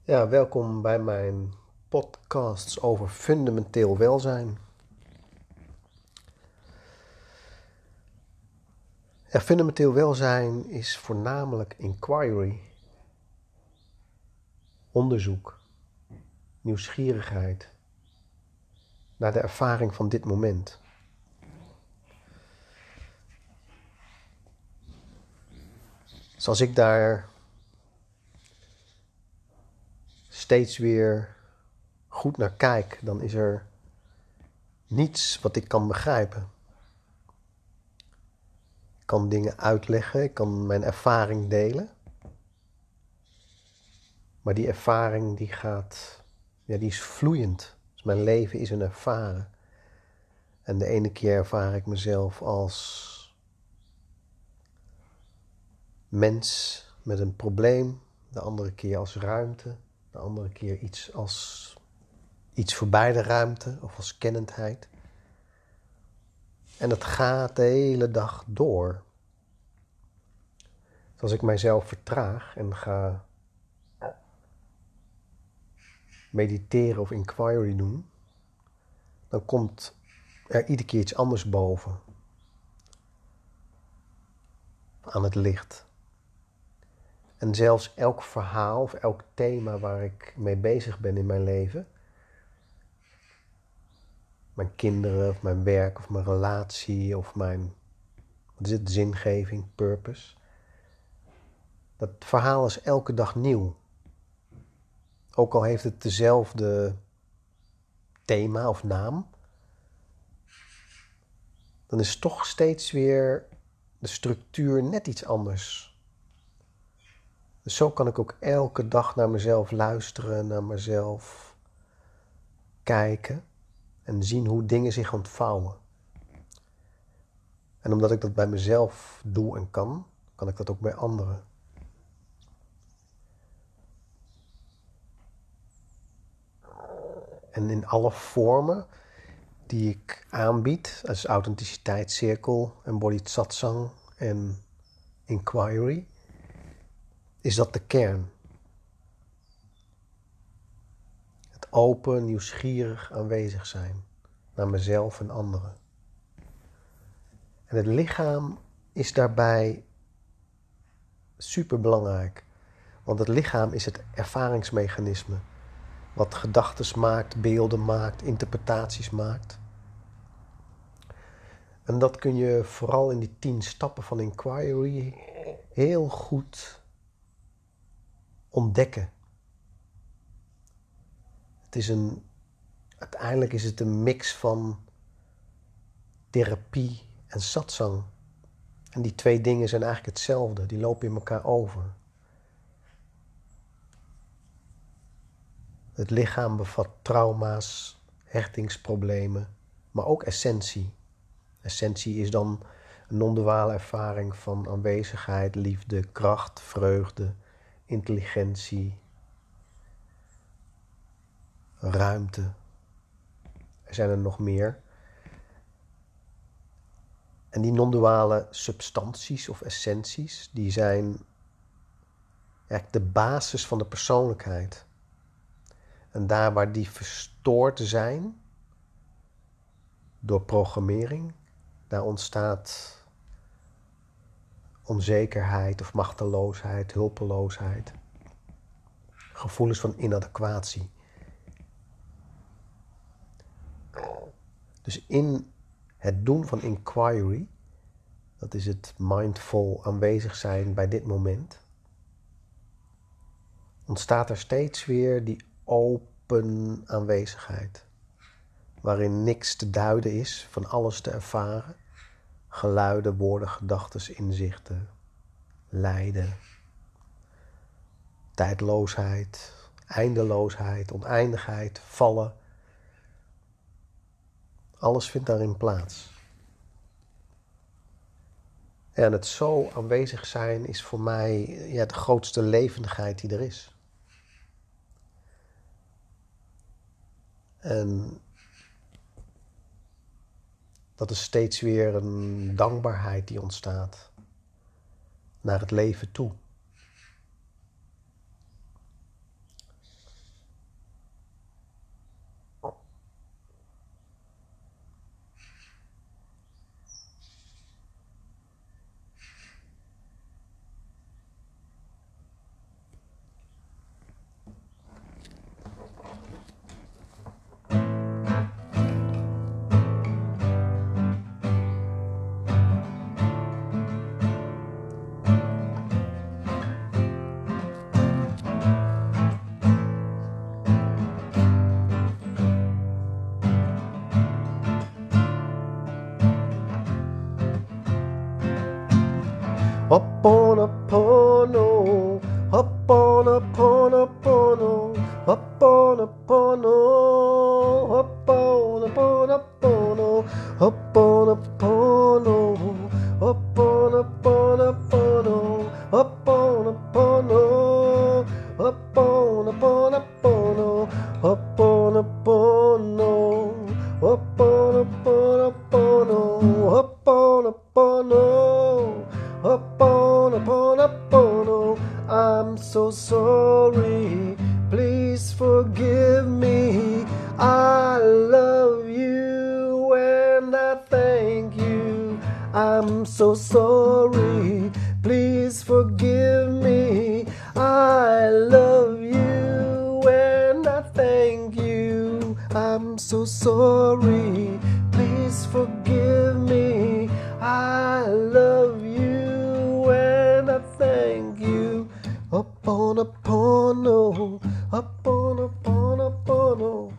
Ja, welkom bij mijn podcasts over fundamenteel welzijn. Ja, fundamenteel welzijn is voornamelijk inquiry, onderzoek, nieuwsgierigheid naar de ervaring van dit moment. Dus als ik daar steeds weer goed naar kijk, dan is er niets wat ik kan begrijpen. Ik kan dingen uitleggen, ik kan mijn ervaring delen. Maar die ervaring die is vloeiend. Dus mijn leven is een ervaren. En de ene keer ervaar ik mezelf als mens met een probleem. De andere keer als ruimte. De andere keer iets voorbij de ruimte of als kennendheid. En dat gaat de hele dag door. Dus als ik mijzelf vertraag en ga mediteren of inquiry doen, dan komt er iedere keer iets anders boven. Aan het licht. En zelfs elk verhaal of elk thema waar ik mee bezig ben in mijn leven, mijn kinderen of mijn werk of mijn relatie of wat is het, zingeving, purpose. Dat verhaal is elke dag nieuw. Ook al heeft het dezelfde thema of naam, dan is toch steeds weer de structuur net iets anders. Dus zo kan ik ook elke dag naar mezelf luisteren, naar mezelf kijken en zien hoe dingen zich ontvouwen. En omdat ik dat bij mezelf doe en kan ik dat ook bij anderen. En in alle vormen die ik aanbied, als authenticiteitscirkel, embodied satsang en inquiry, is dat de kern. Het open, nieuwsgierig aanwezig zijn naar mezelf en anderen. En het lichaam is daarbij superbelangrijk. Want het lichaam is het ervaringsmechanisme. Wat gedachten maakt, beelden maakt, interpretaties maakt. En dat kun je vooral in die 10 stappen van inquiry heel goed ontdekken. Uiteindelijk is het een mix van therapie en satsang. En die 2 dingen zijn eigenlijk hetzelfde, die lopen in elkaar over. Het lichaam bevat trauma's, hechtingsproblemen, maar ook essentie. Essentie is dan een non-duale ervaring van aanwezigheid, liefde, kracht, vreugde, intelligentie, ruimte. Er zijn er nog meer. En die non-duale substanties of essenties, die zijn eigenlijk de basis van de persoonlijkheid. En daar waar die verstoord zijn door programmering, daar ontstaat onzekerheid of machteloosheid, hulpeloosheid, gevoelens van inadequatie. Dus in het doen van inquiry, dat is het mindful aanwezig zijn bij dit moment, ontstaat er steeds weer die open aanwezigheid. Waarin niks te duiden is, van alles te ervaren. Geluiden, woorden, gedachten, inzichten, lijden, tijdloosheid, eindeloosheid, oneindigheid, vallen. Alles vindt daarin plaats. En het zo aanwezig zijn is voor mij de grootste levendigheid die er is. En dat is steeds weer een dankbaarheid die ontstaat naar het leven toe. Ho'oponopono, Ho'oponopono, Ho'oponopono, Ho'oponopono, Ho'oponopono, Ho'oponopono, Ho'oponopono, Ho'oponopono, Ho'oponopono, Ho'oponopono, Ho'oponopono. I'm so sorry, please forgive me. I love you and I thank you. I'm so sorry, please forgive me. I love you and I thank you. I'm so sorry, please forgive me. I love you and I thank you. Ho'oponopono, Ho'oponopono.